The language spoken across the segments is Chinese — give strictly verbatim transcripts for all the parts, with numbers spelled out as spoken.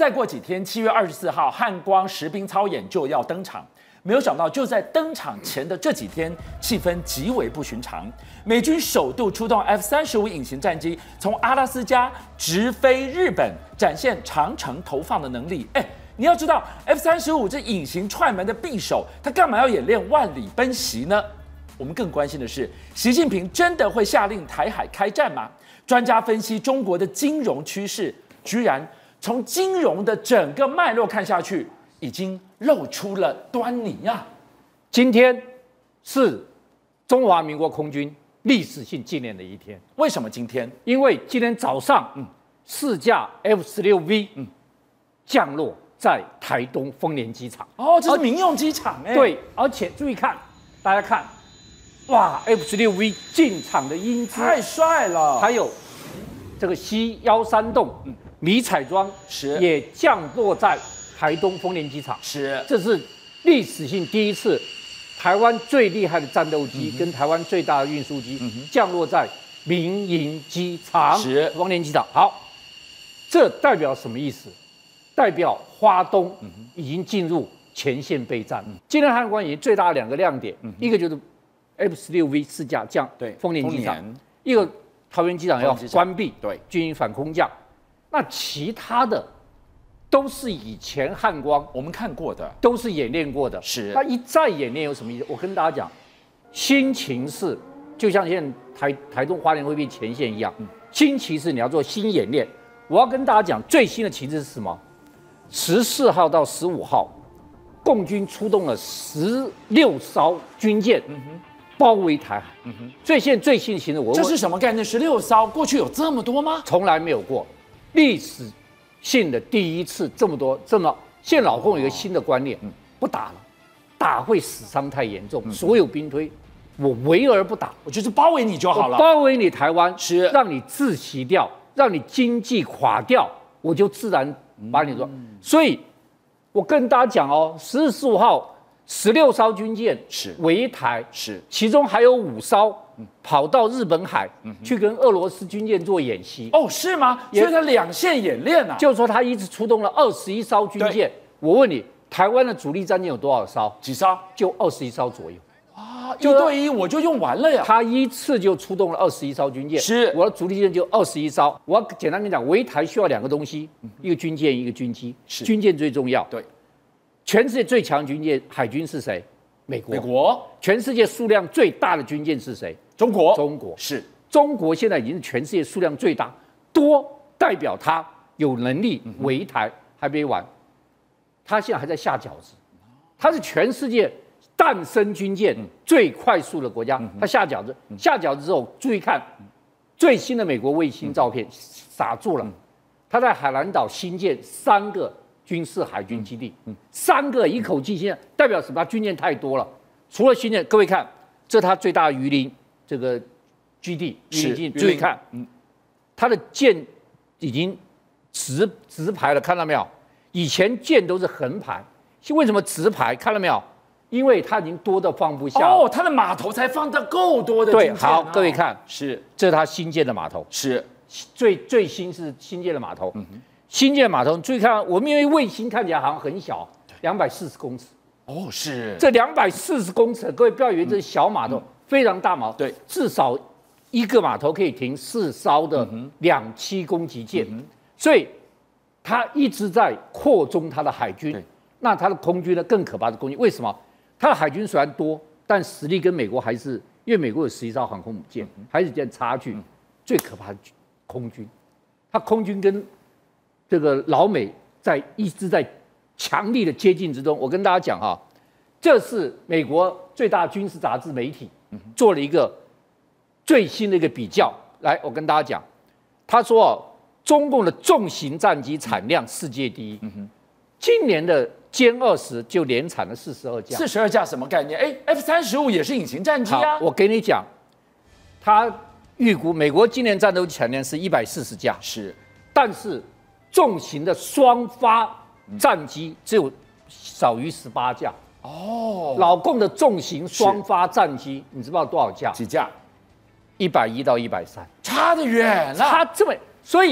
再过几天，七月二十四号，汉光实兵操演就要登场。没有想到，就在登场前的这几天，气氛极为不寻常。美军首度出动 F 三十五隐形战机，从阿拉斯加直飞日本，展现长程投放的能力。哎，你要知道 ，F 三十五这隐形踹门的匕首，它干嘛要演练万里奔袭呢？我们更关心的是，习近平真的会下令台海开战吗？专家分析中国的金融趋势，居然从金融的整个脉络看下去，已经露出了端倪啊！ 今天是中华民国空军历史性纪念的一天。 为什么今天？ 因为今天早上，嗯，四架 F 十六 V 嗯降落在台东丰年机场。 哦，这是民用机场哎。 对，而且注意看，大家看，哇 ，F 十六 V 进场的英姿太帅了。 还有这个 C 一三栋嗯迷彩装是也降落在台东丰年机场。 是， 这是历史性第一次，台湾最厉害的战斗机跟台湾最大的运输机降落在民营机场， 是丰年机场。好，这代表什么意思？代表花东已经进入前线备战。今天汉光演习最大的两个亮点，一个就是 F 十六 V 四架降对丰年机场，一个桃园机场要关闭， 对军营反空降。那其他的都是以前汉光我们看过的， 都是演练过的。 是， 那一再演练有什么意思？我跟大家讲，新情势就像现在台台东花莲会变前线一样，嗯、新情势你要做新演练。我要跟大家讲最新的情势是什么？十四号到十五号，共军出动了十六艘军舰，嗯、包围台海。嗯、最现最新型的我这是什么概念？十六艘，过去有这么多吗？ 从来没有过，历史性的第一次这么多这么。现在老共有一个新的观念，嗯、不打了，打会死伤太严重，嗯、所有兵推，我围而不打， 我就是包围你就好了， 包围你台湾， 是让你窒息掉，让你经济垮掉，我就自然把你说。嗯、所以，我跟大家讲哦，十月十五号，十六艘军舰是围台， 是其中还有五艘跑到日本海、嗯、去跟俄罗斯军舰做演习。 哦，是吗？所以它两线演练啊， 就是说他一直出动了二十一艘军舰。我问你，台湾的主力战舰有多少艘？ 几艘？ 就二十一艘左右。 啊，一对一我就用完了呀。 他一次就出动了二十一艘军舰， 是我的主力舰就二十一艘。我要简单跟你讲，围台需要两个东西，一个军舰，一个军机。 是军舰最重要。 对， 全世界最强军舰海军是谁？美国。 美国。 全世界数量最大的军舰是谁？ 中国。 中国是。 中国现在已经是全世界数量最大，多代表它有能力围台，还没完。他现在还在下饺子，他是全世界诞生军舰最快速的国家。他下饺子，下饺子之后，注意看最新的美国卫星照片，傻住了。他在海南岛新建三个军事海军基地，三个一口气现在代表什么？军舰太多了。除了新建，各位看，这是他最大的榆林这个基地，榆林基地，注意看，他的舰已经直直排了，看到没有？以前舰都是横排，为什么直排？看到没有？因为它已经多到放不下了。 哦，它的码头才放得够多的军舰。 对，好，各位看， 是， 这是它新建的码头， 是最最新是新建的码头。嗯、新建的码头，注意看，我们因为卫星看起来好像很小，两百四十公尺。 哦，是这两百四十公尺，各位不要以为这是小码头，嗯、非常大码头。 对， 至少一个码头可以停四艘的两栖攻击舰，嗯、所以。他一直在扩充他的海军，那他的空军呢更可怕的空军，为什么？他的海军虽然多，但实力跟美国还是，因为美国有十一艘航空母舰，还是有点差距。嗯、最可怕的空军，他空军跟这个老美在一直在强力的接近之中。我跟大家讲哈，这是美国最大军事杂志媒体做了一个最新的一个比较。来，我跟大家讲，他说。中共的重型战机产量世界第一，嗯、今年的歼二十就连产了四十二架。 四十二架什么概念？哎 ，F 三十五也是隐形战机啊。 我跟你讲，他预估美国今年战斗机产量是一百四十架， 是， 但是重型的双发战机只有少于十八架。哦，老共的重型双发战机，你知道多少架？ 几架？ 一百一到一百三， 差得远了。 差这么，所以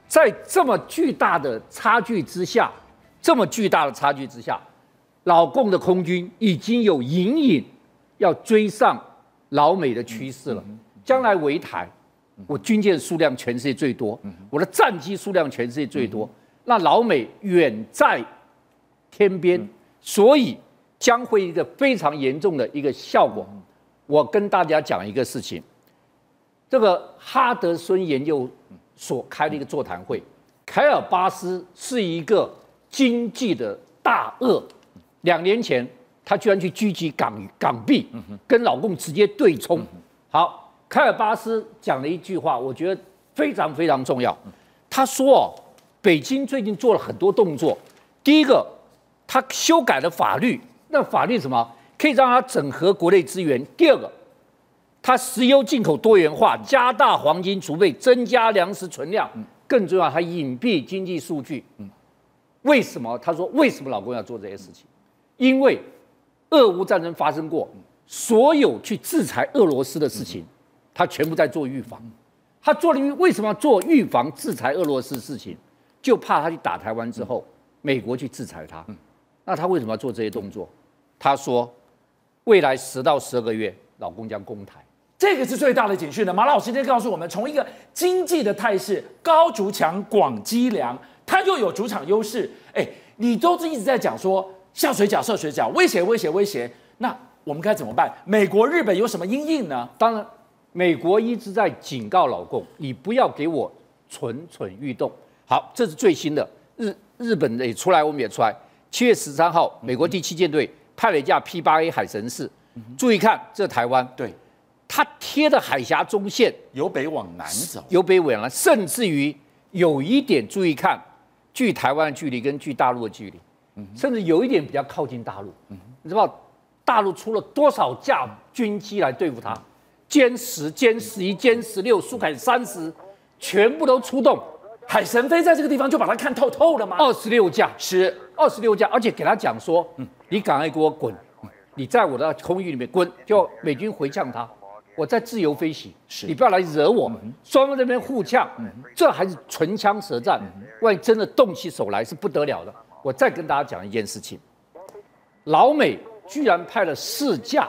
在这么巨大的差距之下，这么巨大的差距之下，老共的空军已经有隐隐要追上老美的趋势了。将来围台，我军舰数量全世界最多，我的战机数量全世界最多，那老美远在天边，所以将会一个非常严重的一个效果。我跟大家讲一个事情，这个哈德森研究所开了一个座谈会，凯尔巴斯是一个经济的大鳄，两年前他居然去狙击港港币，跟老共直接对冲。好，凯尔巴斯讲了一句话，我觉得非常非常重要。他说哦，北京最近做了很多动作，第一个，他修改了法律，那法律什么？可以让它整合国内资源。第二个，它石油进口多元化，加大黄金储备，增加粮食存量。更重要，它隐蔽经济数据。为什么？他说，为什么老公要做这些事情？因为俄乌战争发生过，所有去制裁俄罗斯的事情，他全部在做预防。他做了，为什么要做预防制裁俄罗斯的事情？就怕他去打台湾之后，美国去制裁他。那他为什么要做这些动作？他说，未来十到十二个月，老公将攻台， 这个是最大的警讯了。马老师今天告诉我们，从一个经济的态势，高筑墙、广积粮，它又有主场优势。哎，你都是一直在讲说下水饺、射水饺，威胁、威胁、威胁。那我们该怎么办？美国、日本有什么因应呢？ 当然，美国一直在警告老共，你不要给我蠢蠢欲动。好，这是最新的。日日本也出来，我们也出来。七月十三号，美国第七舰队派了一架 P 八 A 海神四，注意看，这台湾， 对， 它贴的海峡中线， 由北往南走， 由北往南，甚至于有一点注意看，距台湾的距离跟距大陆的距离，甚至有一点比较靠近大陆。你知道大陆出了多少架军机来对付它？歼十、歼十一、歼十六、苏凯三十，全部都出动。 海神飞在这个地方就把它看透透了吗？ 二十六架， 是二十六架，而且给他讲说，嗯、你赶快给我滚，你在我的空域里面滚，就美军回呛他，我在自由飞行，你不要来惹我。嗯、双方这边互呛，嗯、这还是唇枪舌战，嗯、万一真的动起手来是不得了的。我再跟大家讲一件事情，老美居然派了四架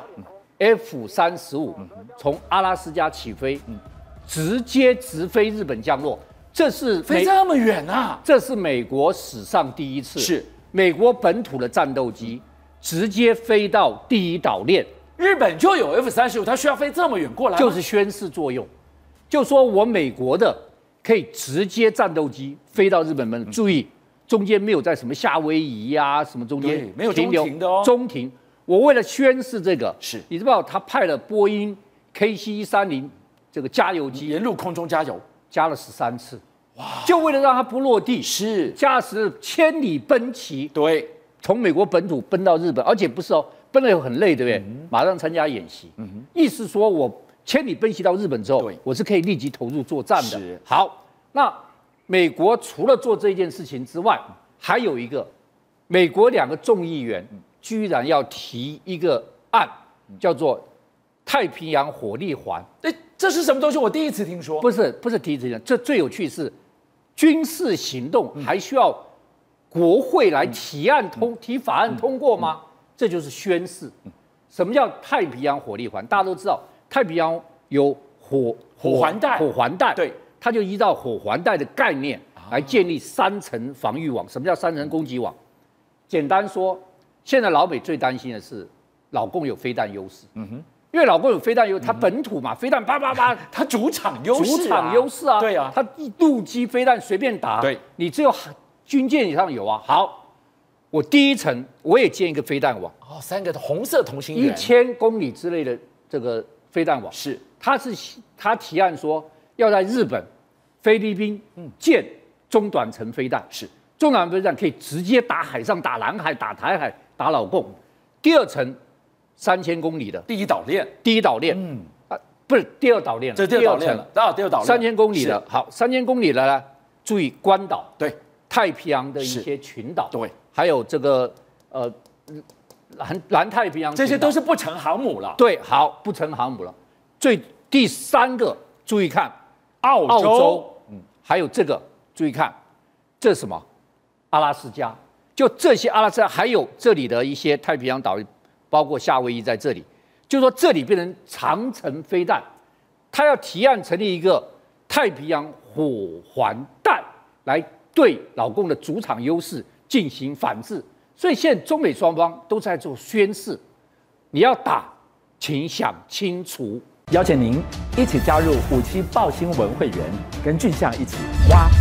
F 三十五从阿拉斯加起飞，嗯、直接直飞日本降落。这是飞这么远啊！ 这是美国史上第一次， 是美国本土的战斗机直接飞到第一岛链。 日本就有 F 三十五，它需要飞这么远过来， 就是宣示作用，就说我美国的可以直接战斗机飞到日本门。嗯、注意，中间没有在什么夏威夷呀、啊、什么中间没有中停的哦， 中停。我为了宣示这个， 是你知道他派了波音 K C 一三零这个加油机沿路空中加油。 加了十三次，哇！就为了让它不落地， 是加时千里奔袭， 对， 从美国本土奔到日本，而且不是哦，奔了很累，对不对？嗯、马上参加演习，嗯、意思说我千里奔袭到日本之后，我是可以立即投入作战的。好，那美国除了做这件事情之外，还有一个，美国两个众议员居然要提一个案，叫做太平洋火力环。 哎，这是什么东西？我第一次听说。 不是，不是第一次听说。这最有趣是，军事行动还需要国会来提案通、提法案通过吗？这就是宣示。什么叫太平洋火力环？大家都知道，太平洋有火火环带， 火环带， 对， 它就依照火环带的概念来建立三层防御网。什么叫三层攻击网？简单说，现在老美最担心的是老共有飞弹优势。嗯哼。因为老共有飞弹优，它本土嘛，飞弹叭叭叭， 它主场优势， 主场优势啊， 对啊， 它陆基飞弹随便打， 对， 你只有军舰以上有啊。好，我第一层我也建一个飞弹网， 哦，三个红色同心圆， 一千公里之类的这个飞弹网， 是， 他是他提案说要在日本、菲律宾建中短程飞弹， 是， 中短程飞弹可以直接打海上、打南海、打台海、打老共。第二层。三千公里的第一岛链， 第一岛链，嗯啊，不是第二岛链， 这第二岛链了，啊，第二岛链， 三千公里的，好，三千公里的呢，注意关岛， 对， 太平洋的一些群岛， 对， 还有这个呃南南太平洋， 这些都是不成航母了， 对，好，不成航母了。最第三个，注意看， 澳洲， 澳洲，嗯，还有这个注意看，这是什么？阿拉斯加，就这些阿拉斯加，还有这里的一些太平洋岛屿，包括夏威夷在这里，就说这里变成长程飞弹，他要提案成立一个太平洋火环弹，来对老共的主场优势进行反制。所以现在中美双方都在做宣示，你要打，请想清楚。 邀请您一起加入五七报新闻会员，跟俊相一起挖